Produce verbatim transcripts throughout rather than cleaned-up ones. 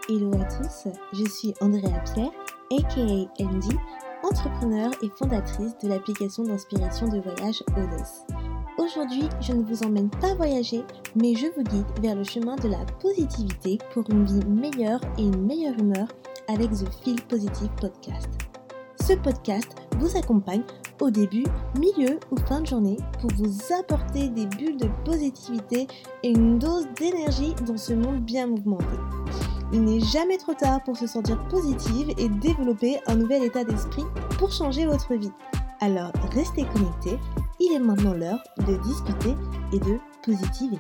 Hello à tous, je suis Andrea Pierre, aka M D, entrepreneur et fondatrice de l'application d'inspiration de voyage Odos. Aujourd'hui, je ne vous emmène pas voyager, mais je vous guide vers le chemin de la positivité pour une vie meilleure et une meilleure humeur avec The Feel Positive Podcast. Ce podcast vous accompagne au début, milieu ou fin de journée pour vous apporter des bulles de positivité et une dose d'énergie dans ce monde bien mouvementé. Il n'est jamais trop tard pour se sentir positive et développer un nouvel état d'esprit pour changer votre vie. Alors restez connectés, il est maintenant l'heure de discuter et de positiver.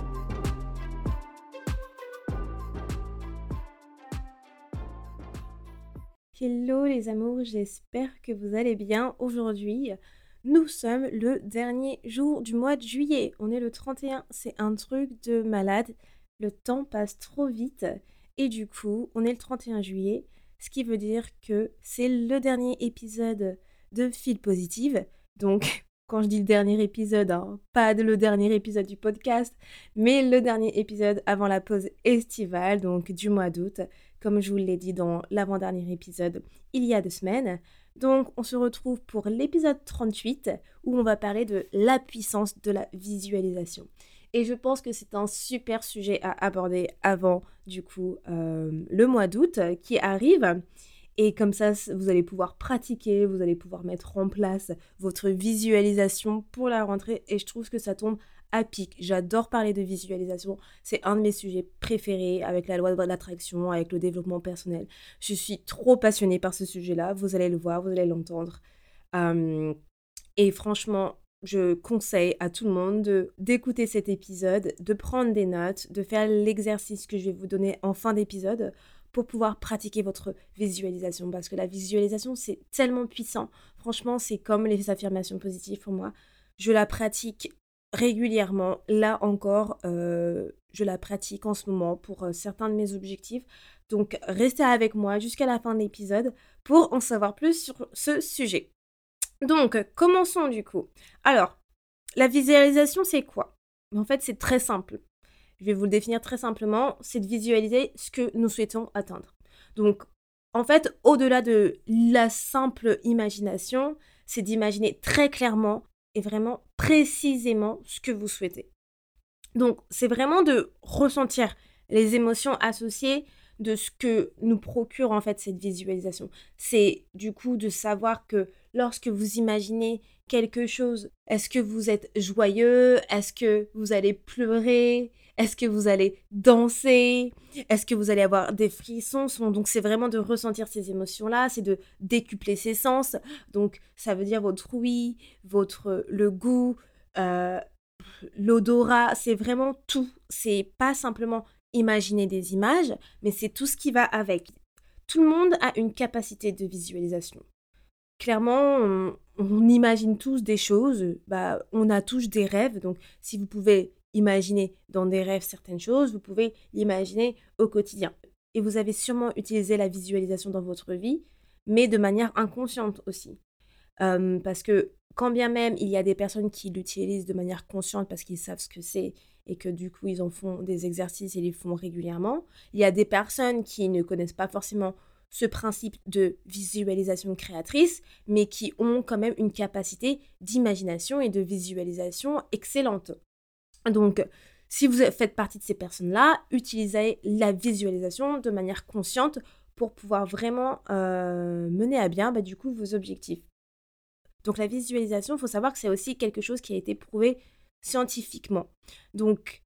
Hello les amours, j'espère que vous allez bien. Aujourd'hui, nous sommes le dernier jour du mois de juillet. On est le trente et un, c'est un truc de malade. Le temps passe trop vite et du coup, on est le trente et un juillet, ce qui veut dire que c'est le dernier épisode de Feel Positive. Donc, quand je dis le dernier épisode, hein, pas le dernier épisode du podcast, mais le dernier épisode avant la pause estivale, donc du mois d'août, comme je vous l'ai dit dans l'avant-dernier épisode il y a deux semaines. Donc, on se retrouve pour l'épisode trente-huit, où on va parler de la puissance de la visualisation. Et je pense que c'est un super sujet à aborder avant, du coup, euh, le mois d'août qui arrive. Et comme ça, vous allez pouvoir pratiquer, vous allez pouvoir mettre en place votre visualisation pour la rentrée. Et je trouve que ça tombe à pic. J'adore parler de visualisation. C'est un de mes sujets préférés avec la loi de l'attraction, avec le développement personnel. Je suis trop passionnée par ce sujet-là. Vous allez le voir, vous allez l'entendre. Euh, et franchement, je conseille à tout le monde de, d'écouter cet épisode, de prendre des notes, de faire l'exercice que je vais vous donner en fin d'épisode pour pouvoir pratiquer votre visualisation. Parce que la visualisation, c'est tellement puissant. Franchement, c'est comme les affirmations positives pour moi. Je la pratique régulièrement. Là encore, euh, je la pratique en ce moment pour euh, certains de mes objectifs. Donc, restez avec moi jusqu'à la fin de l'épisode pour en savoir plus sur ce sujet. Donc, commençons du coup. Alors, la visualisation, c'est quoi? En fait, c'est très simple. Je vais vous le définir très simplement. C'est de visualiser ce que nous souhaitons atteindre. Donc, en fait, au-delà de la simple imagination, c'est d'imaginer très clairement et vraiment précisément ce que vous souhaitez. Donc, c'est vraiment de ressentir les émotions associées de ce que nous procure en fait cette visualisation. C'est du coup de savoir que lorsque vous imaginez quelque chose, est-ce que vous êtes joyeux? Est-ce que vous allez pleurer? Est-ce que vous allez danser? Est-ce que vous allez avoir des frissons? Donc c'est vraiment de ressentir ces émotions-là, c'est de décupler ses sens. Donc ça veut dire votre ouïe, votre, le goût, euh, l'odorat, c'est vraiment tout. C'est pas simplement imaginer des images, mais c'est tout ce qui va avec. Tout le monde a une capacité de visualisation. Clairement, on, on imagine tous des choses, bah, on a tous des rêves, donc si vous pouvez imaginer dans des rêves certaines choses, vous pouvez l'imaginer au quotidien. Et vous avez sûrement utilisé la visualisation dans votre vie, mais de manière inconsciente aussi. Euh, parce que quand bien même il y a des personnes qui l'utilisent de manière consciente parce qu'ils savent ce que c'est et que du coup ils en font des exercices et les font régulièrement, il y a des personnes qui ne connaissent pas forcément ce principe de visualisation créatrice, mais qui ont quand même une capacité d'imagination et de visualisation excellente. Donc, si vous faites partie de ces personnes-là, utilisez la visualisation de manière consciente pour pouvoir vraiment euh, mener à bien bah, du coup vos objectifs. Donc la visualisation, il faut savoir que c'est aussi quelque chose qui a été prouvé scientifiquement. Donc,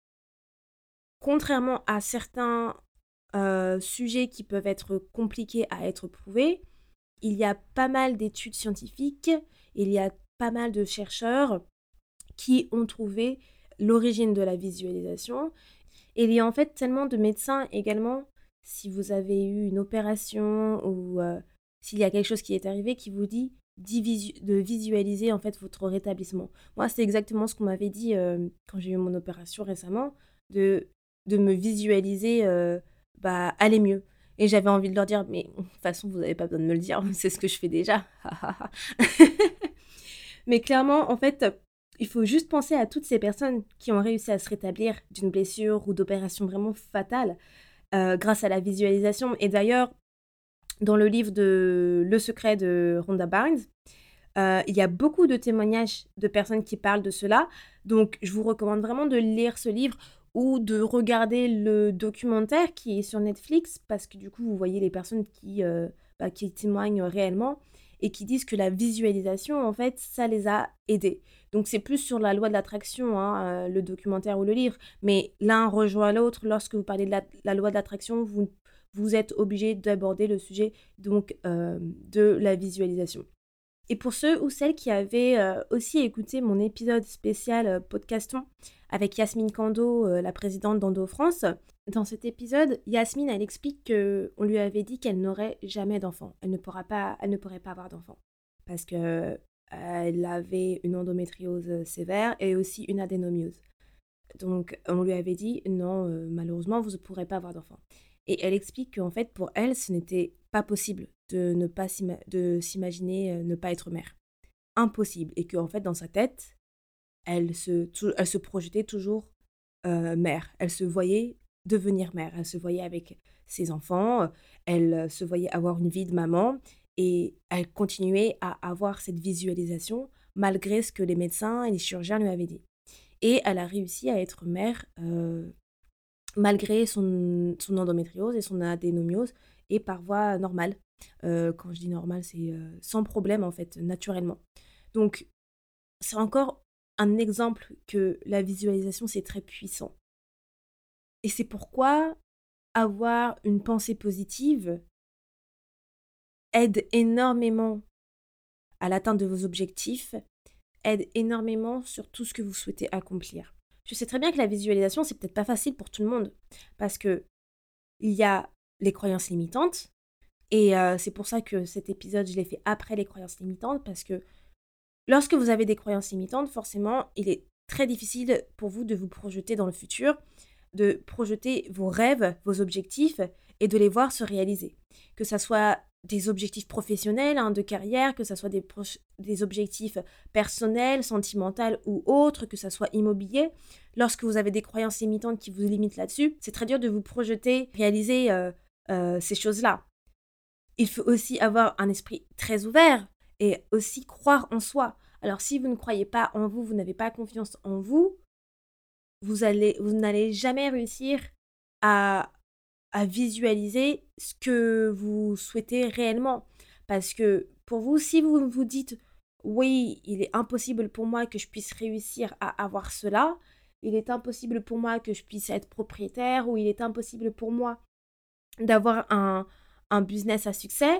contrairement à certains euh, sujets qui peuvent être compliqués à être prouvés, il y a pas mal d'études scientifiques, il y a pas mal de chercheurs qui ont trouvé l'origine de la visualisation. Et il y a en fait tellement de médecins également, si vous avez eu une opération ou euh, s'il y a quelque chose qui est arrivé qui vous dit de visualiser en fait votre rétablissement. Moi, c'est exactement ce qu'on m'avait dit euh, quand j'ai eu mon opération récemment, de, de me visualiser euh, bah, aller mieux. Et j'avais envie de leur dire, mais de toute façon, vous n'avez pas besoin de me le dire, c'est ce que je fais déjà. Mais clairement, en fait, il faut juste penser à toutes ces personnes qui ont réussi à se rétablir d'une blessure ou d'opération vraiment fatale. euh, grâce à la visualisation. Et d'ailleurs, dans le livre de Le secret de Rhonda Barnes, euh, il y a beaucoup de témoignages de personnes qui parlent de cela. Donc, je vous recommande vraiment de lire ce livre ou de regarder le documentaire qui est sur Netflix, parce que du coup, vous voyez les personnes qui, euh, bah, qui témoignent réellement et qui disent que la visualisation, en fait, ça les a aidés. Donc, c'est plus sur la loi de l'attraction, hein, euh, le documentaire ou le livre. Mais l'un rejoint l'autre. Lorsque vous parlez de la, la loi de l'attraction, vous, vous êtes obligé d'aborder le sujet donc, euh, de la visualisation. Et pour ceux ou celles qui avaient euh, aussi écouté mon épisode spécial euh, Podcaston avec Yasmine Kando, euh, la présidente d'Endo France, dans cet épisode, Yasmine, elle explique qu'on lui avait dit qu'elle n'aurait jamais d'enfant. Elle ne pourra pas, elle ne pourrait pas avoir d'enfant parce qu'elle avait une endométriose sévère et aussi une adénomiose. Donc, on lui avait dit non, euh, malheureusement, vous ne pourrez pas avoir d'enfant. Et elle explique qu'en fait, pour elle, ce n'était pas possible de ne pas s'ima- de s'imaginer euh, ne pas être mère. Impossible. Et qu'en fait, dans sa tête, elle se, tou- elle se projetait toujours euh, mère. Elle se voyait devenir mère. Elle se voyait avec ses enfants. Elle euh, se voyait avoir une vie de maman. Et elle continuait à avoir cette visualisation malgré ce que les médecins et les chirurgiens lui avaient dit. Et elle a réussi à être mère euh, malgré son, son endométriose et son adénomiose et par voie normale. Euh, quand je dis normale, c'est euh, sans problème en fait, naturellement. Donc, c'est encore un exemple que la visualisation, c'est très puissant. Et c'est pourquoi avoir une pensée positive aide énormément à l'atteinte de vos objectifs, aide énormément sur tout ce que vous souhaitez accomplir. Je sais très bien que la visualisation, c'est peut-être pas facile pour tout le monde, parce que il y a les croyances limitantes, et euh, c'est pour ça que cet épisode, je l'ai fait après les croyances limitantes, parce que lorsque vous avez des croyances limitantes, forcément, il est très difficile pour vous de vous projeter dans le futur, de projeter vos rêves, vos objectifs, et de les voir se réaliser. Que ça soit des objectifs professionnels, hein, de carrière, que ça soit des, proche- des objectifs personnels, sentimentaux ou autres, que ça soit immobilier. Lorsque vous avez des croyances limitantes qui vous limitent là-dessus, c'est très dur de vous projeter, réaliser euh, euh, ces choses-là. Il faut aussi avoir un esprit très ouvert et aussi croire en soi. Alors si vous ne croyez pas en vous, vous n'avez pas confiance en vous, vous allez, vous n'allez jamais réussir à, à visualiser ce que vous souhaitez réellement. Parce que pour vous, si vous vous dites oui, il est impossible pour moi que je puisse réussir à avoir cela, il est impossible pour moi que je puisse être propriétaire, ou il est impossible pour moi d'avoir un, un business à succès,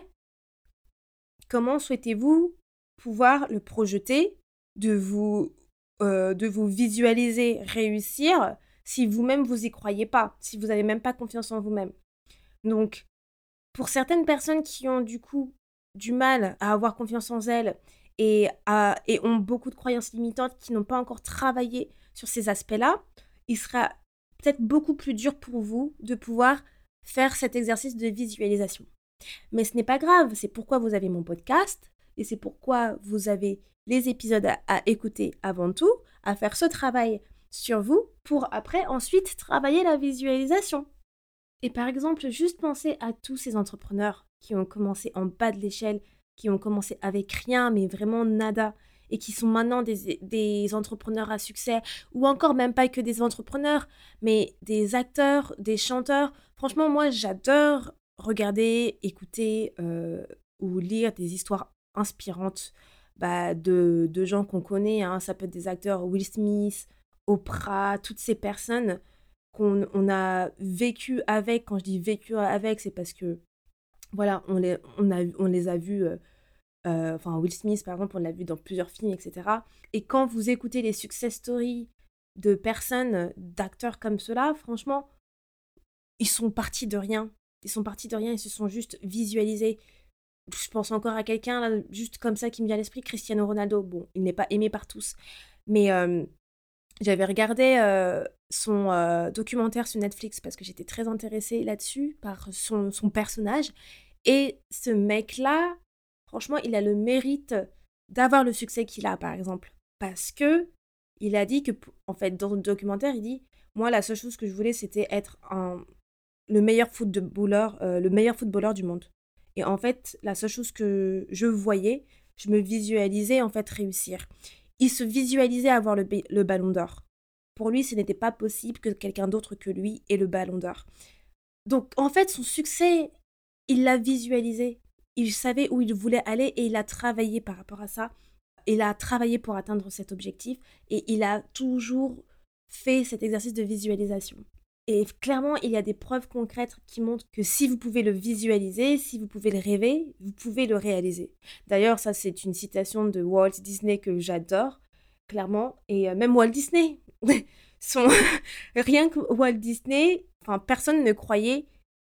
comment souhaitez-vous pouvoir le projeter, de vous, euh, de vous visualiser réussir si vous-même vous y croyez pas, si vous n'avez même pas confiance en vous-même. Donc, pour certaines personnes qui ont du coup du mal à avoir confiance en elles et, à, et ont beaucoup de croyances limitantes, qui n'ont pas encore travaillé sur ces aspects-là, il sera peut-être beaucoup plus dur pour vous de pouvoir faire cet exercice de visualisation. Mais ce n'est pas grave, c'est pourquoi vous avez mon podcast et c'est pourquoi vous avez les épisodes à, à écouter avant tout, à faire ce travail sur vous pour après ensuite travailler la visualisation. Et par exemple, juste penser à tous ces entrepreneurs qui ont commencé en bas de l'échelle, qui ont commencé avec rien, mais vraiment nada, et qui sont maintenant des, des entrepreneurs à succès, ou encore même pas que des entrepreneurs, mais des acteurs, des chanteurs. Franchement, moi, j'adore regarder, écouter euh, ou lire des histoires inspirantes bah, de, de gens qu'on connaît. Hein. Ça peut être des acteurs, Will Smith, Oprah, toutes ces personnes qu'on on a vécu avec. Quand je dis vécu avec, c'est parce que, voilà, on les, on a, on les a vus, euh, euh, enfin Will Smith par exemple, on l'a vu dans plusieurs films, et cetera. Et quand vous écoutez les success stories de personnes, d'acteurs comme cela, franchement, ils sont partis de rien. Ils sont partis de rien, ils se sont juste visualisés. Je pense encore à quelqu'un, là, juste comme ça, qui me vient à l'esprit, Cristiano Ronaldo. Bon, il n'est pas aimé par tous, mais euh, j'avais regardé euh, son euh, documentaire sur Netflix parce que j'étais très intéressée là-dessus, par son, son personnage. Et ce mec-là, franchement, il a le mérite d'avoir le succès qu'il a, par exemple. Parce que il a dit que, en fait, dans le documentaire, il dit, moi, la seule chose que je voulais, c'était être un, le meilleur footballeur, heu, le meilleur footballeur du monde et en fait, la seule chose que je voyais, je me visualisais, en fait, réussir. Il se visualisait avoir le bé le ballon d'or. Pour lui, ce n'était pas possible que quelqu'un d'autre que lui ait le ballon d'or. Donc en fait, son succès, il l'a visualisé. Il savait où il voulait aller et il a travaillé par rapport à ça. Il a travaillé pour atteindre cet objectif et il a toujours fait cet exercice de visualisation. Et clairement, il y a des preuves concrètes qui montrent que si vous pouvez le visualiser, si vous pouvez le rêver, vous pouvez le réaliser. D'ailleurs, ça, c'est une citation de Walt Disney que j'adore, clairement. Et euh, même Walt Disney, son... rien que Walt Disney, enfin, personne ne croyait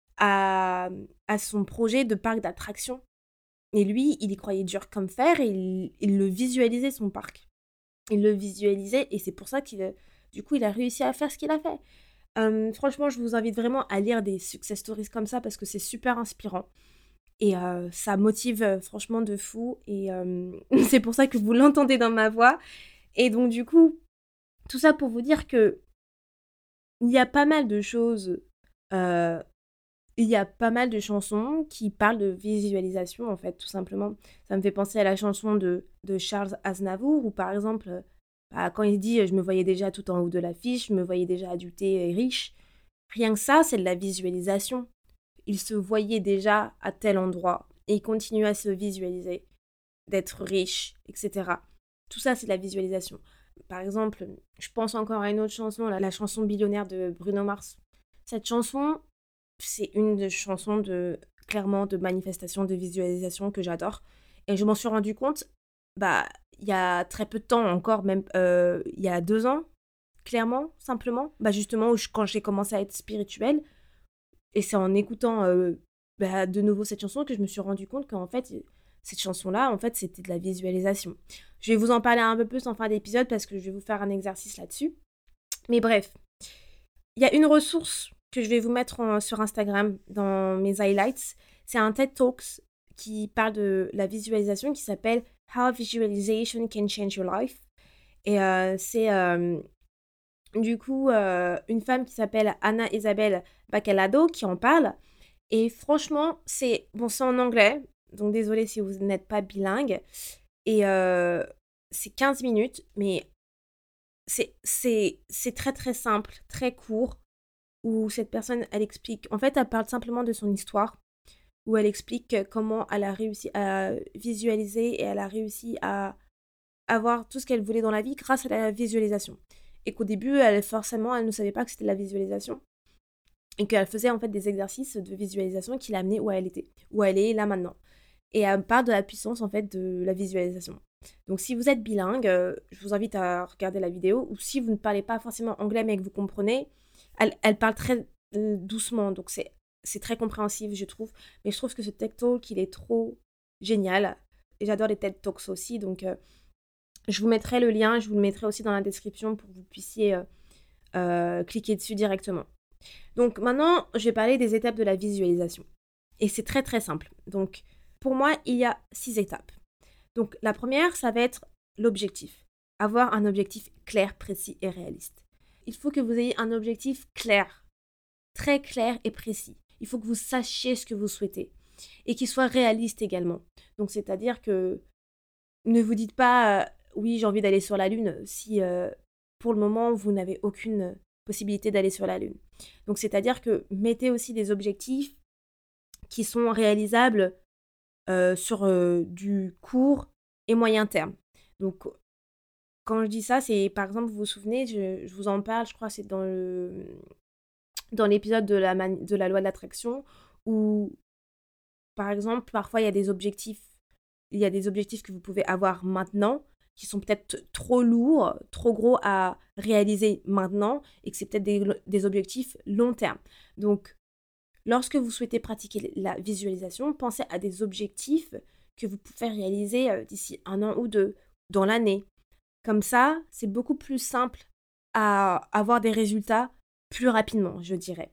à, à son projet de parc d'attractions. Et lui, il y croyait dur comme fer et il, il le visualisait, son parc. Il le visualisait et c'est pour ça qu'il, du coup, il a réussi à faire ce qu'il a fait. Euh, franchement, je vous invite vraiment à lire des success stories comme ça parce que c'est super inspirant. Et euh, ça motive euh, franchement de fou. Et euh, c'est pour ça que vous l'entendez dans ma voix. Et donc, du coup, tout ça pour vous dire que il y a pas mal de choses euh, il y a pas mal de chansons qui parlent de visualisation, en fait, tout simplement. Ça me fait penser à la chanson de, de Charles Aznavour, où par exemple, euh, bah, quand il dit euh, Je me voyais déjà tout en haut de l'affiche, je me voyais déjà adulté et riche. Rien que ça, c'est de la visualisation. Il se voyait déjà à tel endroit et il continue à se visualiser, d'être riche, et cetera. Tout ça, c'est de la visualisation. Par exemple, je pense encore à une autre chanson, la, la chanson Billionnaire de Bruno Mars. Cette chanson, c'est une des chansons de clairement de manifestation, de visualisation que j'adore. Et je m'en suis rendu compte, bah, il y a très peu de temps encore, même euh, il y a deux ans, clairement, simplement, bah justement où je- quand j'ai commencé à être spirituelle, et c'est en écoutant euh, bah, de nouveau cette chanson que je me suis rendu compte qu'en fait cette chanson-là, en fait, c'était de la visualisation. Je vais vous en parler un peu plus en fin d'épisode parce que je vais vous faire un exercice là-dessus. Mais bref, il y a une ressource que je vais vous mettre en- sur Instagram dans mes highlights. C'est un TED Talks qui parle de la visualisation qui s'appelle How Visualization Can Change Your Life. Et euh, c'est euh, du coup euh, une femme qui s'appelle Anna Isabel Bacalado qui en parle. Et franchement, c'est bon, c'est en anglais, donc désolé si vous n'êtes pas bilingue. Et euh, c'est quinze minutes, mais c'est, c'est, c'est très très simple, très court où cette personne, elle explique, en fait, elle parle simplement de son histoire, où elle explique comment elle a réussi à visualiser et elle a réussi à avoir tout ce qu'elle voulait dans la vie grâce à la visualisation. Et qu'au début, elle, forcément, elle ne savait pas que c'était de la visualisation. Et qu'elle faisait en fait des exercices de visualisation qui l'amenaient où elle était, où elle est là maintenant. Et elle parle de la puissance en fait de la visualisation. Donc si vous êtes bilingue, euh, je vous invite à regarder la vidéo, ou si vous ne parlez pas forcément anglais mais que vous comprenez, elle, elle parle très euh, doucement, donc c'est, c'est très compréhensif je trouve. Mais je trouve que ce TED Talk, il est trop génial. Et j'adore les TED Talks aussi, donc euh, je vous mettrai le lien, je vous le mettrai aussi dans la description pour que vous puissiez euh, euh, cliquer dessus directement. Donc maintenant, je vais parler des étapes de la visualisation. Et c'est très très simple. Donc pour moi, il y a six étapes. Donc la première, ça va être l'objectif. Avoir un objectif clair, précis et réaliste. Il faut que vous ayez un objectif clair, très clair et précis. Il faut que vous sachiez ce que vous souhaitez et qu'il soit réaliste également. Donc c'est-à-dire que ne vous dites pas euh, oui, j'ai envie d'aller sur la Lune si euh, pour le moment vous n'avez aucune possibilité d'aller sur la Lune. Donc c'est-à-dire que mettez aussi des objectifs qui sont réalisables euh, sur euh, du court et moyen terme. Donc quand je dis ça, c'est par exemple, vous vous souvenez, je, je vous en parle, je crois que c'est dans le dans l'épisode de la, mani- de la loi de l'attraction où par exemple, parfois il y a des objectifs, il y a des objectifs que vous pouvez avoir maintenant qui sont peut-être trop lourds, trop gros à réaliser maintenant et que c'est peut-être des, des objectifs long terme. Donc, lorsque vous souhaitez pratiquer la visualisation, pensez à des objectifs que vous pouvez réaliser euh, d'ici un an ou deux, dans l'année. Comme ça, c'est beaucoup plus simple à avoir des résultats plus rapidement, je dirais.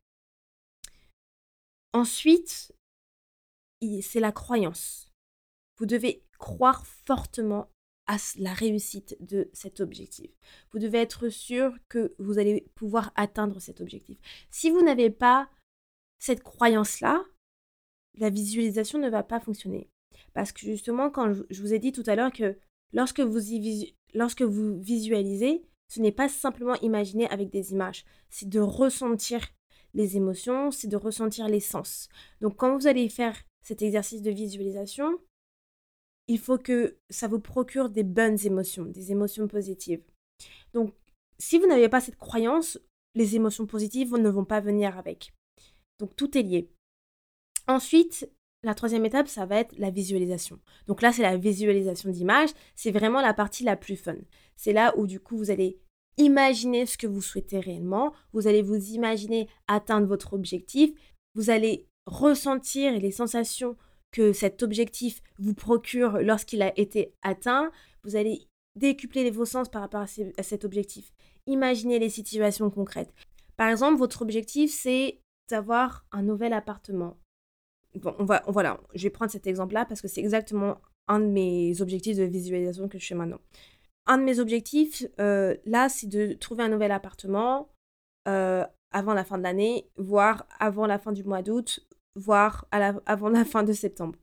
Ensuite, il- c'est la croyance. Vous devez croire fortement à s- la réussite de cet objectif. Vous devez être sûr que vous allez pouvoir atteindre cet objectif. Si vous n'avez pas cette croyance-là, la visualisation ne va pas fonctionner. Parce que justement, quand je je vous ai dit tout à l'heure que lorsque vous y visu lorsque vous visualisez, ce n'est pas simplement imaginer avec des images, c'est de ressentir les émotions, c'est de ressentir les sens. Donc quand vous allez faire cet exercice de visualisation, il faut que ça vous procure des bonnes émotions, des émotions positives. Donc si vous n'avez pas cette croyance, les émotions positives ne vont pas venir avec. Donc tout est lié. Ensuite, la troisième étape, ça va être la visualisation. Donc là, c'est la visualisation d'images. C'est vraiment la partie la plus fun. C'est là où du coup, vous allez imaginer ce que vous souhaitez réellement. Vous allez vous imaginer atteindre votre objectif. Vous allez ressentir les sensations que cet objectif vous procure lorsqu'il a été atteint. Vous allez décupler vos sens par rapport à, ces- à cet objectif. Imaginez les situations concrètes. Par exemple, votre objectif, c'est d'avoir un nouvel appartement. Bon, on va, on- voilà, je vais prendre cet exemple-là parce que c'est exactement un de mes objectifs de visualisation que je fais maintenant. Un de mes objectifs, euh, là, c'est de trouver un nouvel appartement euh, avant la fin de l'année, voire avant la fin du mois d'août, voire à la- avant la fin de septembre.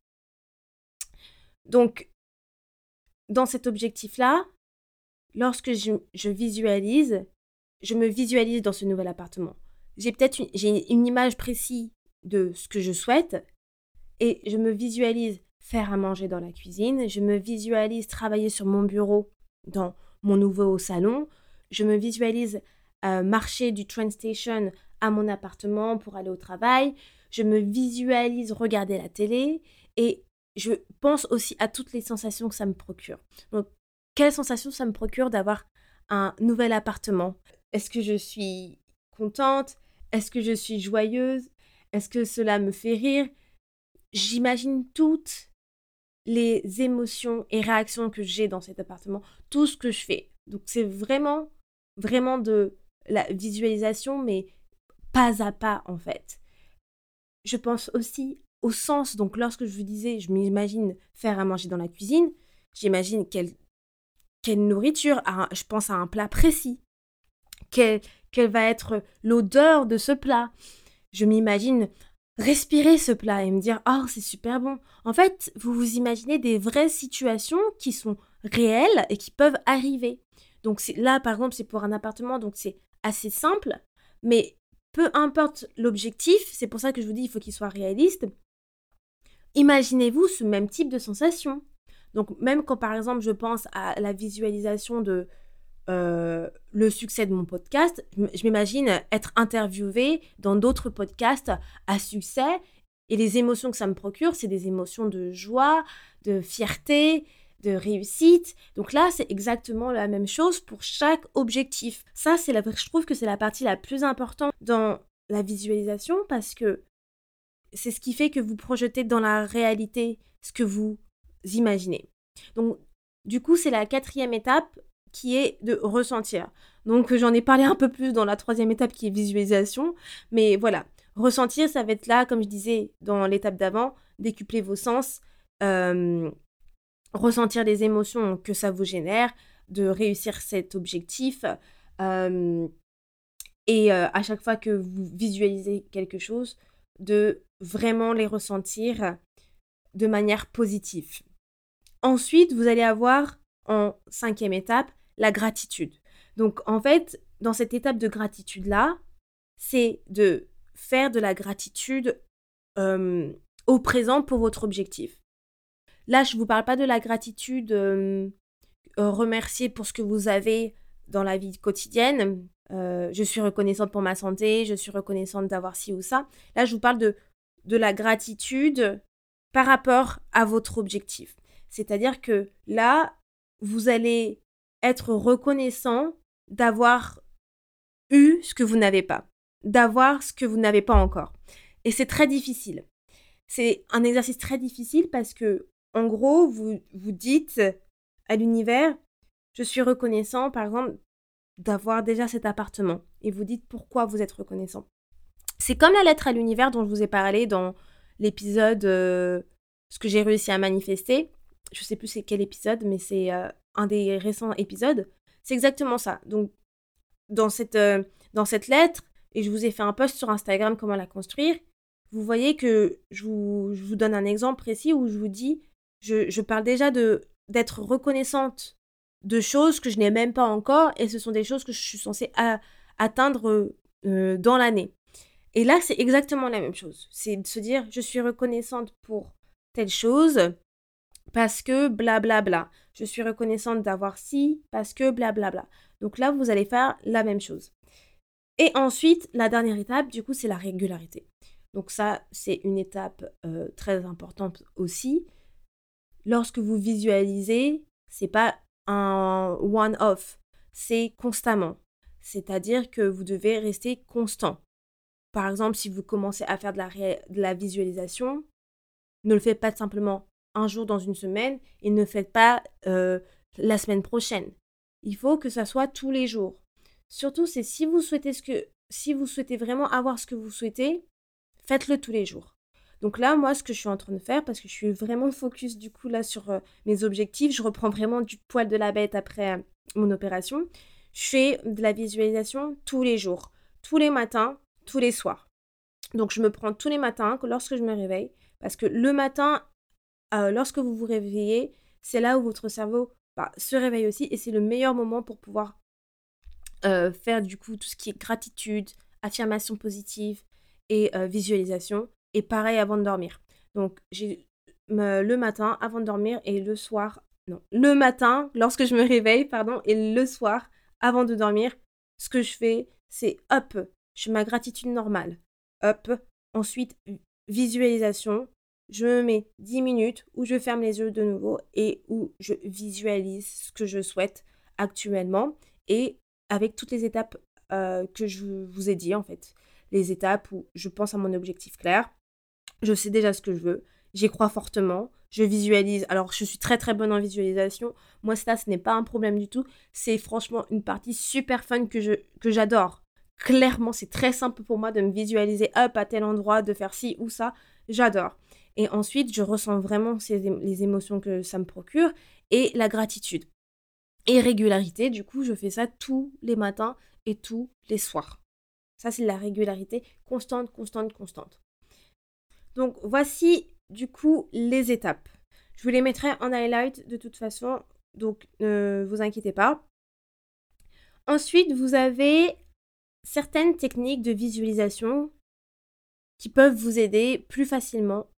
Donc, dans cet objectif-là, lorsque je, je visualise, je me visualise dans ce nouvel appartement. J'ai peut-être une, j'ai une image précise de ce que je souhaite et je me visualise faire à manger dans la cuisine, je me visualise travailler sur mon bureau dans mon nouveau salon, je me visualise euh, marcher du train station à mon appartement pour aller au travail, je me visualise regarder la télé et je pense aussi à toutes les sensations que ça me procure. Donc, quelle sensation ça me procure d'avoir un nouvel appartement? Est-ce que je suis contente? Est-ce que je suis joyeuse? Est-ce que cela me fait rire? J'imagine toutes les émotions et réactions que j'ai dans cet appartement, tout ce que je fais. Donc c'est vraiment, vraiment de la visualisation, mais pas à pas en fait. Je pense aussi au sens, donc lorsque je vous disais, je m'imagine faire à manger dans la cuisine, j'imagine quelle, quelle nourriture, à un- je pense à un plat précis, quelle, quelle va être l'odeur de ce plat. Je m'imagine respirer ce plat et me dire «Oh, c'est super bon». En fait, vous vous imaginez des vraies situations qui sont réelles et qui peuvent arriver. Donc c'est là, par exemple, c'est pour un appartement, donc c'est assez simple, mais peu importe l'objectif, c'est pour ça que je vous dis il faut qu'il soit réaliste. Imaginez-vous ce même type de sensation. Donc même quand par exemple je pense à la visualisation de euh, le succès de mon podcast, je m- je m'imagine être interviewée dans d'autres podcasts à succès et les émotions que ça me procure, c'est des émotions de joie, de fierté, de réussite. Donc là, c'est exactement la même chose pour chaque objectif. Ça, c'est la, je trouve que c'est la partie la plus importante dans la visualisation parce que c'est ce qui fait que vous projetez dans la réalité ce que vous imaginez. Donc, du coup, c'est la quatrième étape qui est de ressentir. Donc, j'en ai parlé un peu plus dans la troisième étape qui est visualisation. Mais voilà, ressentir, ça va être là, comme je disais dans l'étape d'avant, décupler vos sens, euh, ressentir les émotions que ça vous génère, de réussir cet objectif. euh, et euh, à chaque fois que vous visualisez quelque chose, de vraiment les ressentir de manière positive. Ensuite, vous allez avoir en cinquième étape la gratitude. Donc en fait, dans cette étape de gratitude-là, c'est de faire de la gratitude euh, au présent pour votre objectif. Là, je ne vous parle pas de la gratitude euh, euh, remercier pour ce que vous avez dans la vie quotidienne. Euh, je suis reconnaissante pour ma santé, je suis reconnaissante d'avoir ci ou ça. Là, je vous parle de, de la gratitude par rapport à votre objectif. C'est-à-dire que là, vous allez être reconnaissant d'avoir eu ce que vous n'avez pas, d'avoir ce que vous n'avez pas encore. Et c'est très difficile. C'est un exercice très difficile parce que, en gros, vous vous dites à l'univers, je suis reconnaissant, par exemple, d'avoir déjà cet appartement. Et vous dites pourquoi vous êtes reconnaissant. C'est comme la lettre à l'univers dont je vous ai parlé dans l'épisode euh, ce que j'ai réussi à manifester. Je sais plus c'est quel épisode, mais c'est euh, un des récents épisodes. C'est exactement ça. Donc, dans cette, euh, dans cette lettre, et je vous ai fait un post sur Instagram comment la construire, vous voyez que je vous, je vous donne un exemple précis où je vous dis, je, je parle déjà de d'être reconnaissante de choses que je n'ai même pas encore et ce sont des choses que je suis censée a- atteindre euh, dans l'année. Et là, c'est exactement la même chose. C'est de se dire, je suis reconnaissante pour telle chose parce que blablabla. Bla bla. Je suis reconnaissante d'avoir ci parce que blablabla. Bla bla. Donc là, vous allez faire la même chose. Et ensuite, la dernière étape, du coup, c'est la régularité. Donc ça, c'est une étape euh, très importante aussi. Lorsque vous visualisez, c'est pas un one-off, c'est constamment. C'est-à-dire que vous devez rester constant. Par exemple, si vous commencez à faire de la, ré- de la visualisation, ne le faites pas simplement un jour dans une semaine et ne le faites pas euh, la semaine prochaine. Il faut que ça soit tous les jours. Surtout, c'est si vous souhaitez ce que, si vous souhaitez vraiment avoir ce que vous souhaitez, faites-le tous les jours. Donc là, moi, ce que je suis en train de faire, parce que je suis vraiment focus du coup là sur euh, mes objectifs, je reprends vraiment du poil de la bête après euh, mon opération. Je fais de la visualisation tous les jours, tous les matins, tous les soirs. Donc je me prends tous les matins, que lorsque je me réveille, parce que le matin, euh, lorsque vous vous réveillez, c'est là où votre cerveau bah, se réveille aussi et c'est le meilleur moment pour pouvoir euh, faire du coup tout ce qui est gratitude, affirmation positive et euh, visualisation. Et pareil avant de dormir. Donc j'ai me- le matin avant de dormir et le soir, non, le matin lorsque je me réveille, pardon, et le soir avant de dormir, ce que je fais, c'est hop, je fais ma gratitude normale. Hop, ensuite visualisation, je me mets dix minutes où je ferme les yeux de nouveau et où je visualise ce que je souhaite actuellement et avec toutes les étapes euh, que je vous ai dit en fait. Les étapes où je pense à mon objectif clair, je sais déjà ce que je veux, j'y crois fortement, je visualise. Alors, je suis très très bonne en visualisation. Moi, ça, ce n'est pas un problème du tout. C'est franchement une partie super fun que je que j'adore. Clairement, c'est très simple pour moi de me visualiser hop à tel endroit, de faire ci ou ça. J'adore. Et ensuite, je ressens vraiment ces, les émotions que ça me procure et la gratitude. Et régularité, du coup, je fais ça tous les matins et tous les soirs. Ça, c'est la régularité constante, constante, constante. Donc, voici du coup les étapes. Je vous les mettrai en highlight de toute façon, donc ne vous inquiétez pas. Ensuite, vous avez certaines techniques de visualisation qui peuvent vous aider plus facilement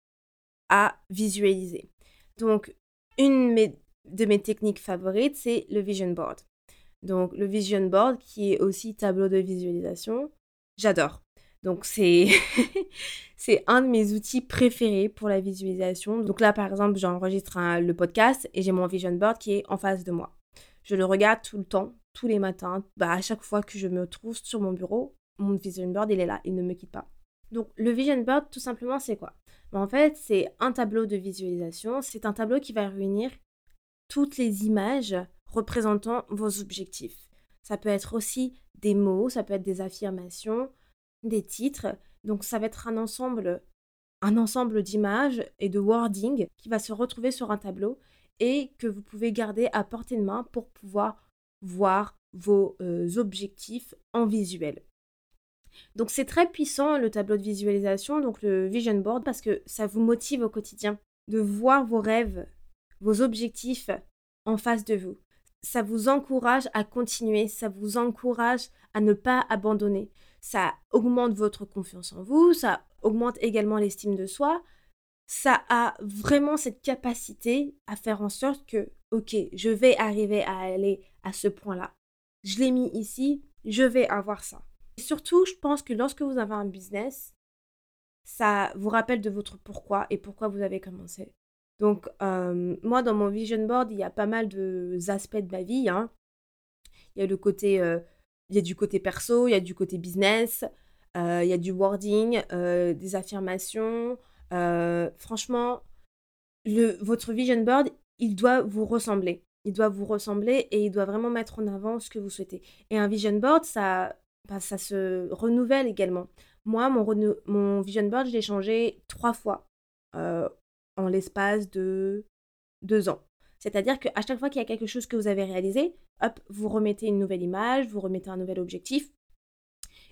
à visualiser. Donc, une de mes techniques favorites, c'est le vision board. Donc, le vision board qui est aussi tableau de visualisation, j'adore. Donc, c'est c'est un de mes outils préférés pour la visualisation. Donc là, par exemple, j'enregistre un- le podcast et j'ai mon vision board qui est en face de moi. Je le regarde tout le temps, tous les matins. Bah, à chaque fois que je me trouve sur mon bureau, mon vision board, il est là, il ne me quitte pas. Donc, le vision board, tout simplement, c'est quoi? Bah, en fait, c'est un tableau de visualisation. C'est un tableau qui va réunir toutes les images représentant vos objectifs. Ça peut être aussi des mots, ça peut être des affirmations, des titres. Donc ça va être un ensemble, un ensemble d'images et de wording qui va se retrouver sur un tableau et que vous pouvez garder à portée de main pour pouvoir voir vos euh, objectifs en visuel. Donc c'est très puissant le tableau de visualisation, donc le vision board, parce que ça vous motive au quotidien de voir vos rêves, vos objectifs en face de vous. Ça vous encourage à continuer, ça vous encourage à ne pas abandonner. Ça augmente votre confiance en vous, ça augmente également l'estime de soi. Ça a vraiment cette capacité à faire en sorte que, ok, je vais arriver à aller à ce point-là. Je l'ai mis ici, je vais avoir ça. Et surtout, je pense que lorsque vous avez un business, ça vous rappelle de votre pourquoi et pourquoi vous avez commencé. Donc, euh, moi, dans mon vision board, il y a pas mal d'aspects de ma vie. Hein. Il y a le côté, euh, il y a du côté perso, il y a du côté business, euh, il y a du wording, euh, des affirmations. Euh, franchement, le, votre vision board, il doit vous ressembler. Il doit vous ressembler et il doit vraiment mettre en avant ce que vous souhaitez. Et un vision board, ça, bah, ça se renouvelle également. Moi, mon, renou- mon vision board, je l'ai changé trois fois euh, en l'espace de deux ans. C'est-à-dire qu'à chaque fois qu'il y a quelque chose que vous avez réalisé, hop, vous remettez une nouvelle image, vous remettez un nouvel objectif.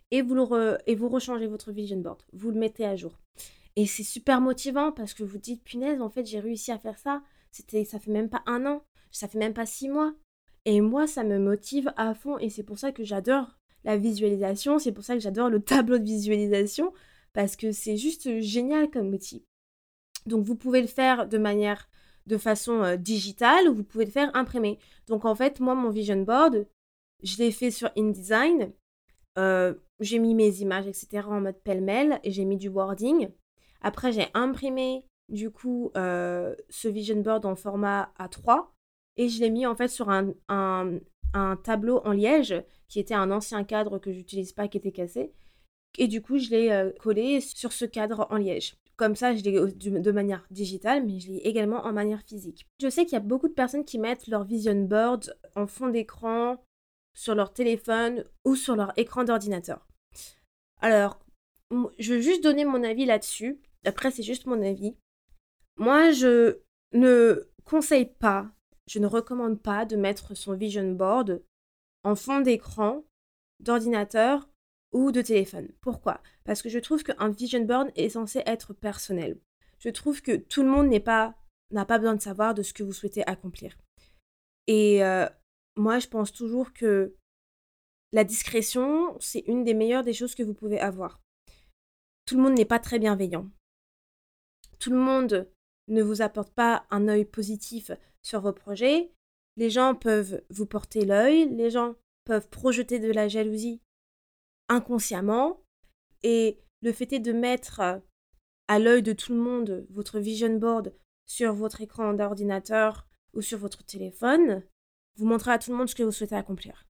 et vous, le re- et vous rechangez votre vision board. Vous le mettez à jour. Et c'est super motivant parce que vous dites, punaise, en fait, j'ai réussi à faire ça. C'était, ça fait même pas un an, ça fait même pas six mois. Et moi, ça me motive à fond et c'est pour ça que j'adore la visualisation, c'est pour ça que j'adore le tableau de visualisation parce que c'est juste génial comme outil. Donc, vous pouvez le faire de manière, de façon euh, digitale ou vous pouvez le faire imprimé. Donc, en fait, moi, mon vision board, je l'ai fait sur InDesign. Euh, j'ai mis mes images, et cetera en mode pêle-mêle et j'ai mis du wording. Après, j'ai imprimé, du coup, euh, ce vision board en format A trois et je l'ai mis, en fait, sur un, un, un tableau en liège qui était un ancien cadre que j'utilise pas, qui était cassé. Et du coup, je l'ai euh, collé sur ce cadre en liège. Comme ça, je l'ai de manière digitale, mais je l'ai également en manière physique. Je sais qu'il y a beaucoup de personnes qui mettent leur vision board en fond d'écran, sur leur téléphone ou sur leur écran d'ordinateur. Alors, je veux juste donner mon avis là-dessus. Après, c'est juste mon avis. Moi, je ne conseille pas, je ne recommande pas de mettre son vision board en fond d'écran, d'ordinateur ou de téléphone. Pourquoi ? Parce que je trouve qu'un vision board est censé être personnel. Je trouve que tout le monde n'est pas, n'a pas besoin de savoir de ce que vous souhaitez accomplir. Et euh, moi, je pense toujours que la discrétion, c'est une des meilleures des choses que vous pouvez avoir. Tout le monde n'est pas très bienveillant. Tout le monde ne vous apporte pas un œil positif sur vos projets. Les gens peuvent vous porter l'œil, les gens peuvent projeter de la jalousie inconsciemment. Et le fait est de mettre à l'œil de tout le monde votre vision board sur votre écran d'ordinateur ou sur votre téléphone, vous montrez à tout le monde ce que vous souhaitez accomplir.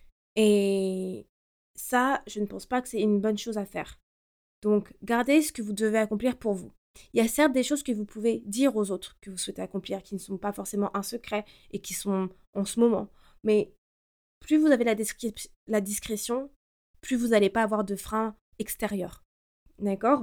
Et ça, je ne pense pas que c'est une bonne chose à faire. Donc, gardez ce que vous devez accomplir pour vous. Il y a certes des choses que vous pouvez dire aux autres que vous souhaitez accomplir, qui ne sont pas forcément un secret et qui sont en ce moment. Mais plus vous avez la, discré- la discrétion, plus vous n'allez pas avoir de frein extérieur. D'accord ?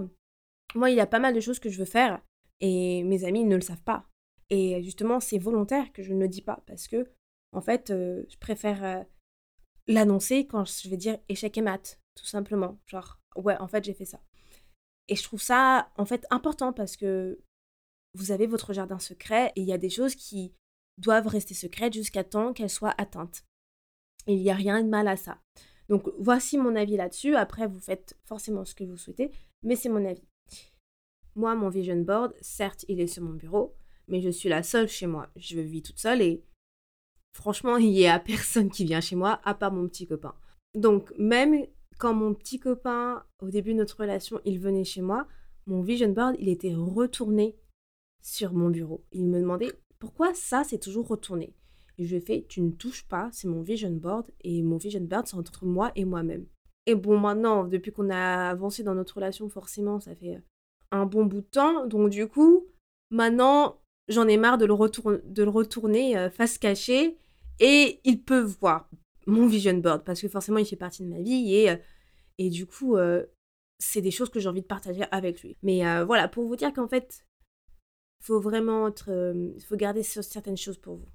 Moi, il y a pas mal de choses que je veux faire et mes amis ne le savent pas. Et justement, c'est volontaire que je ne le dis pas parce que, en fait, euh, je préfère euh, l'annoncer quand je vais dire échec et maths, tout simplement. Genre, ouais, en fait, j'ai fait ça. Et je trouve ça, en fait, important parce que vous avez votre jardin secret et il y a des choses qui doivent rester secrètes jusqu'à temps qu'elles soient atteintes. Et il n'y a rien de mal à ça. Donc, voici mon avis là-dessus. Après, vous faites forcément ce que vous souhaitez, mais c'est mon avis. Moi, mon vision board, certes, il est sur mon bureau, mais je suis la seule chez moi. Je vis toute seule et franchement, il n'y a personne qui vient chez moi, à part mon petit copain. Donc, même quand mon petit copain, au début de notre relation, il venait chez moi, mon vision board, il était retourné sur mon bureau. Il me demandait pourquoi ça, c'est toujours retourné. Et je lui ai fait, tu ne touches pas, c'est mon vision board, et mon vision board, c'est entre moi et moi-même. Et bon, maintenant, depuis qu'on a avancé dans notre relation, forcément, ça fait un bon bout de temps. Donc, du coup, maintenant, j'en ai marre de le, retour- de le retourner euh, face cachée. Et ils peuvent voir mon vision board parce que forcément, il fait partie de ma vie. Et, euh, et du coup, euh, c'est des choses que j'ai envie de partager avec lui. Mais euh, voilà, pour vous dire qu'en fait, il faut vraiment être... Il euh, faut garder sur certaines choses pour vous.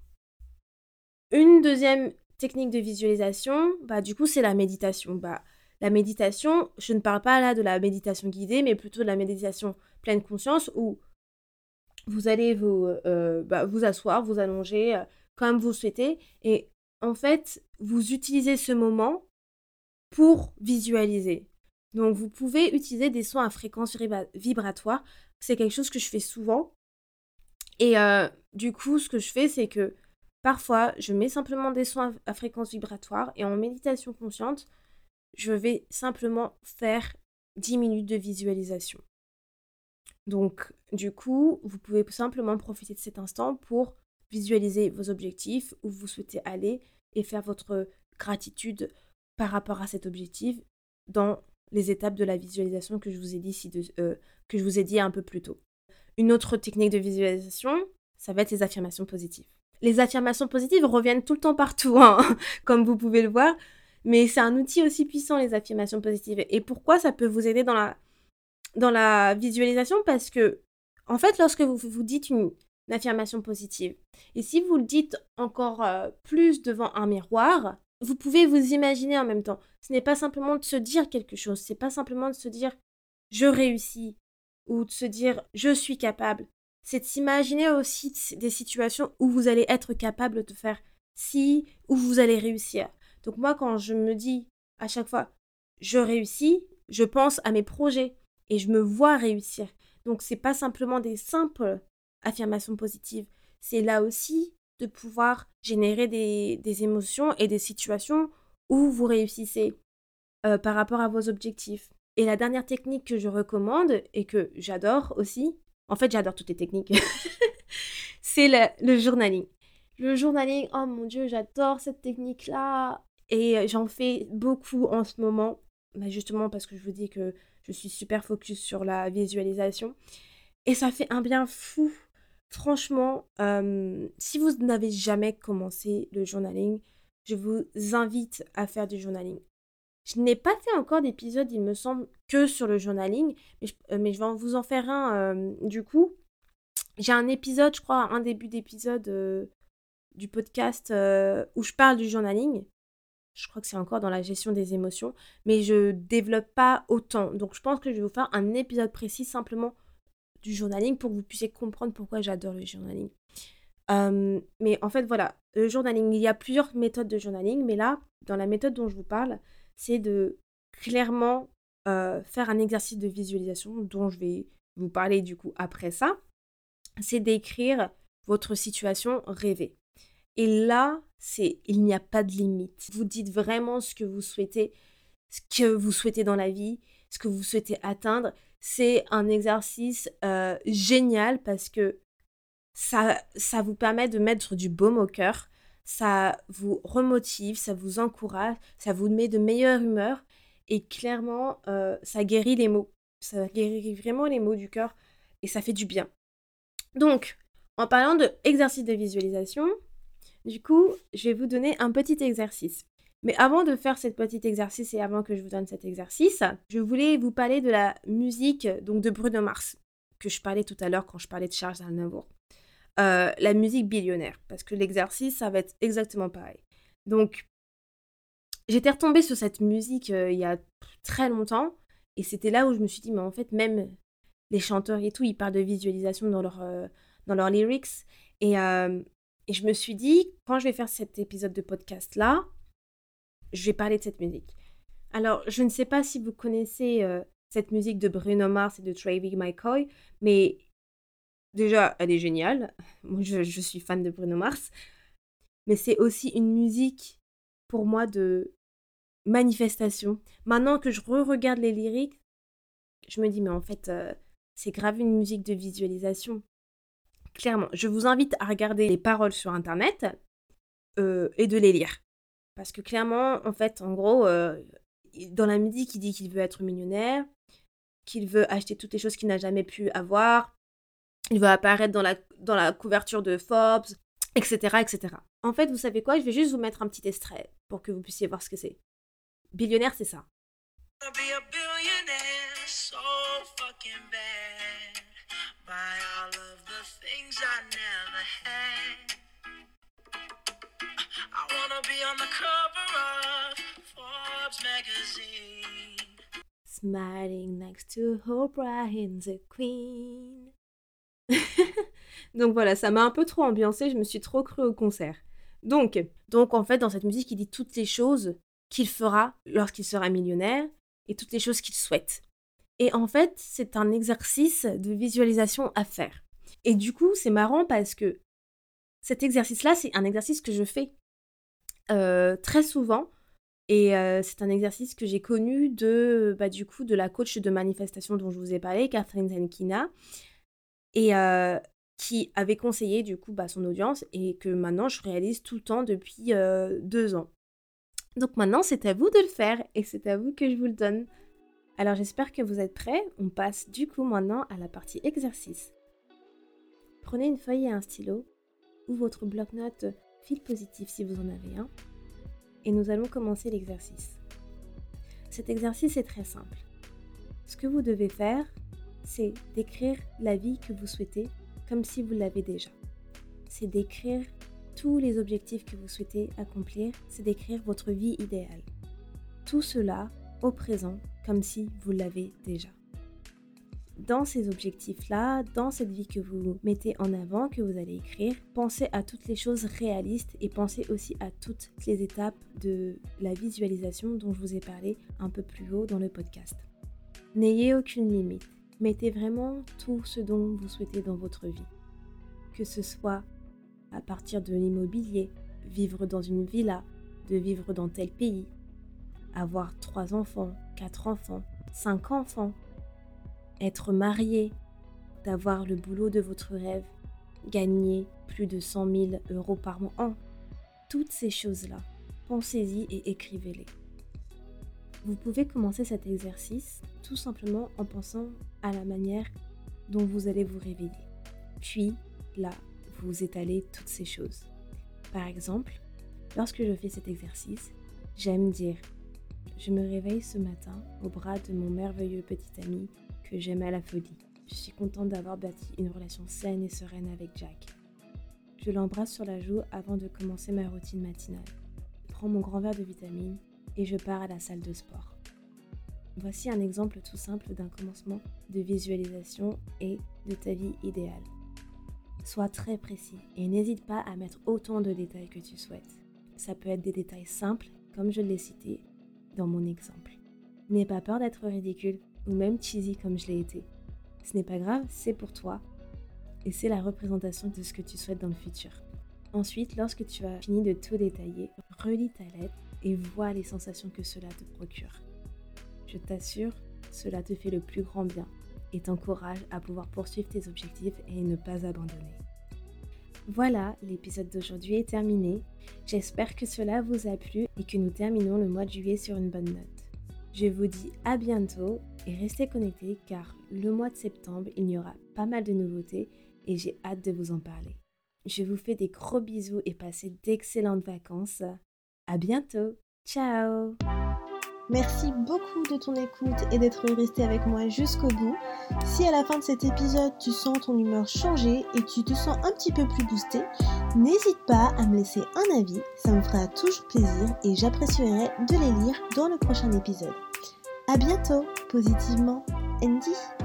Une deuxième technique de visualisation, bah, du coup, c'est la méditation. Bah, la méditation, je ne parle pas là de la méditation guidée, mais plutôt de la méditation pleine conscience où vous allez vous, euh, bah, vous asseoir, vous allonger euh, comme vous souhaitez. Et en fait, vous utilisez ce moment pour visualiser. Donc, vous pouvez utiliser des sons à fréquence vibratoire. C'est quelque chose que je fais souvent. Et euh, du coup, ce que je fais, c'est que parfois, je mets simplement des sons à, à fréquence vibratoire et en méditation consciente, je vais simplement faire dix minutes de visualisation. Donc, du coup, vous pouvez simplement profiter de cet instant pour visualiser vos objectifs, où vous souhaitez aller et faire votre gratitude par rapport à cet objectif dans les étapes de la visualisation que je vous ai dit, si de, euh, que je vous ai dit un peu plus tôt. Une autre technique de visualisation, ça va être les affirmations positives. Les affirmations positives reviennent tout le temps partout, hein, comme vous pouvez le voir, mais c'est un outil aussi puissant, les affirmations positives. Et pourquoi ça peut vous aider dans la, dans la visualisation ? Parce que, en fait, lorsque vous vous dites une, une affirmation positive, et si vous le dites encore euh, plus devant un miroir, vous pouvez vous imaginer en même temps. Ce n'est pas simplement de se dire quelque chose, c'est pas simplement de se dire je réussis ou de se dire je suis capable. C'est de s'imaginer aussi des situations où vous allez être capable de faire ci, où vous allez réussir. Donc moi, quand je me dis à chaque fois je réussis, je pense à mes projets et je me vois réussir. Donc c'est pas simplement des simples affirmations positives, c'est là aussi de pouvoir générer des, des émotions et des situations où vous réussissez euh, par rapport à vos objectifs. Et la dernière technique que je recommande et que j'adore aussi, en fait j'adore toutes les techniques, c'est le, le journaling. Le journaling, oh mon Dieu, j'adore cette technique-là. Et j'en fais beaucoup en ce moment, bah justement parce que je vous dis que je suis super focus sur la visualisation. Et ça fait un bien fou. Franchement, euh, si vous n'avez jamais commencé le journaling, je vous invite à faire du journaling. Je n'ai pas fait encore d'épisode, il me semble, que sur le journaling, mais je, euh, mais je vais vous en faire un euh, du coup. J'ai un épisode, je crois, un début d'épisode euh, du podcast euh, où je parle du journaling. Je crois que c'est encore dans la gestion des émotions, mais je développe pas autant. Donc je pense que je vais vous faire un épisode précis simplement du journaling pour que vous puissiez comprendre pourquoi j'adore le journaling. Euh, mais en fait, voilà, le journaling, il y a plusieurs méthodes de journaling, mais là, dans la méthode dont je vous parle, c'est de clairement euh, faire un exercice de visualisation dont je vais vous parler du coup après ça. C'est d'écrire votre situation rêvée. Et là, c'est il n'y a pas de limite. Vous dites vraiment ce que vous souhaitez, ce que vous souhaitez dans la vie, ce que vous souhaitez atteindre. C'est un exercice euh, génial parce que ça, ça vous permet de mettre du baume au cœur, ça vous remotive, ça vous encourage, ça vous met de meilleure humeur et clairement, euh, ça guérit les maux. Ça guérit vraiment les maux du cœur et ça fait du bien. Donc, en parlant d'exercice de visualisation, du coup, je vais vous donner un petit exercice. Mais avant de faire ce petit exercice et avant que je vous donne cet exercice, je voulais vous parler de la musique donc de Bruno Mars, que je parlais tout à l'heure quand je parlais de Charles Aznavour. Euh, la musique billionnaire, parce que l'exercice, ça va être exactement pareil. Donc, j'étais retombée sur cette musique euh, il y a très longtemps, et c'était là où je me suis dit, mais en fait, même les chanteurs et tout, ils parlent de visualisation dans, leur, euh, dans leurs lyrics, et, euh, et je me suis dit, quand je vais faire cet épisode de podcast-là, je vais parler de cette musique. Alors, je ne sais pas si vous connaissez euh, cette musique de Bruno Mars et de Travis McCoy, mais déjà, elle est géniale. Moi, je, je suis fan de Bruno Mars. Mais c'est aussi une musique, pour moi, de manifestation. Maintenant que je re-regarde les lyrics, je me dis, mais en fait, euh, c'est grave une musique de visualisation. Clairement, je vous invite à regarder les paroles sur Internet euh, et de les lire. Parce que clairement, en fait, en gros, euh, dans la musique, il dit qu'il veut être millionnaire, qu'il veut acheter toutes les choses qu'il n'a jamais pu avoir, il veut apparaître dans la, dans la couverture de Forbes, et cetera, et cetera. En fait, vous savez quoi? Je vais juste vous mettre un petit extrait pour que vous puissiez voir ce que c'est. Billionnaire, c'est ça. Smiling next to Oprah and the Queen. Donc voilà, ça m'a un peu trop ambiancée, je me suis trop crue au concert. Donc, donc en fait, dans cette musique, il dit toutes les choses qu'il fera lorsqu'il sera millionnaire et toutes les choses qu'il souhaite. Et en fait, c'est un exercice de visualisation à faire. Et du coup, c'est marrant parce que cet exercice-là, c'est un exercice que je fais euh, très souvent. Et euh, c'est un exercice que j'ai connu de, bah, du coup, de la coach de manifestation dont je vous ai parlé, Catherine Zenkina, et euh, qui avait conseillé du coup bah, son audience et que maintenant je réalise tout le temps depuis euh, deux ans. Donc maintenant, c'est à vous de le faire et c'est à vous que je vous le donne. Alors j'espère que vous êtes prêts. On passe du coup maintenant à la partie exercice. Prenez une feuille et un stylo ou votre bloc-notes fil positif si vous en avez un. Et nous allons commencer l'exercice. Cet exercice est très simple. Ce que vous devez faire, c'est d'écrire la vie que vous souhaitez comme si vous l'avez déjà. C'est d'écrire tous les objectifs que vous souhaitez accomplir, c'est d'écrire votre vie idéale. Tout cela au présent, comme si vous l'avez déjà. Dans ces objectifs-là, dans cette vie que vous mettez en avant, que vous allez écrire, pensez à toutes les choses réalistes et pensez aussi à toutes les étapes de la visualisation dont je vous ai parlé un peu plus haut dans le podcast. N'ayez aucune limite. Mettez vraiment tout ce dont vous souhaitez dans votre vie. Que ce soit à partir de l'immobilier, vivre dans une villa, de vivre dans tel pays, avoir trois enfants, quatre enfants, cinq enfants, être marié, d'avoir le boulot de votre rêve, gagner plus de cent mille euros par an. Toutes ces choses-là, pensez-y et écrivez-les. Vous pouvez commencer cet exercice tout simplement en pensant à la manière dont vous allez vous réveiller. Puis, là, vous étalez toutes ces choses. Par exemple, lorsque je fais cet exercice, j'aime dire « Je me réveille ce matin au bras de mon merveilleux petit ami que j'aime à la folie. Je suis contente d'avoir bâti une relation saine et sereine avec Jack. Je l'embrasse sur la joue avant de commencer ma routine matinale. Je prends mon grand verre de vitamines et je pars à la salle de sport. » Voici un exemple tout simple d'un commencement de visualisation et de ta vie idéale. Sois très précis et n'hésite pas à mettre autant de détails que tu souhaites. Ça peut être des détails simples, comme je l'ai cité dans mon exemple. N'aie pas peur d'être ridicule ou même cheesy comme je l'ai été. Ce n'est pas grave, c'est pour toi et c'est la représentation de ce que tu souhaites dans le futur. Ensuite, lorsque tu as fini de tout détailler, relis ta lettre et vois les sensations que cela te procure. Je t'assure, cela te fait le plus grand bien et t'encourage à pouvoir poursuivre tes objectifs et ne pas abandonner. Voilà, l'épisode d'aujourd'hui est terminé. J'espère que cela vous a plu et que nous terminons le mois de juillet sur une bonne note. Je vous dis à bientôt et restez connectés car le mois de septembre, il y aura pas mal de nouveautés et j'ai hâte de vous en parler. Je vous fais des gros bisous et passez d'excellentes vacances. À bientôt. Ciao! Merci beaucoup de ton écoute et d'être resté avec moi jusqu'au bout. Si à la fin de cet épisode, tu sens ton humeur changer et tu te sens un petit peu plus boosté, n'hésite pas à me laisser un avis, ça me fera toujours plaisir et j'apprécierai de les lire dans le prochain épisode. À bientôt, positivement, Andy.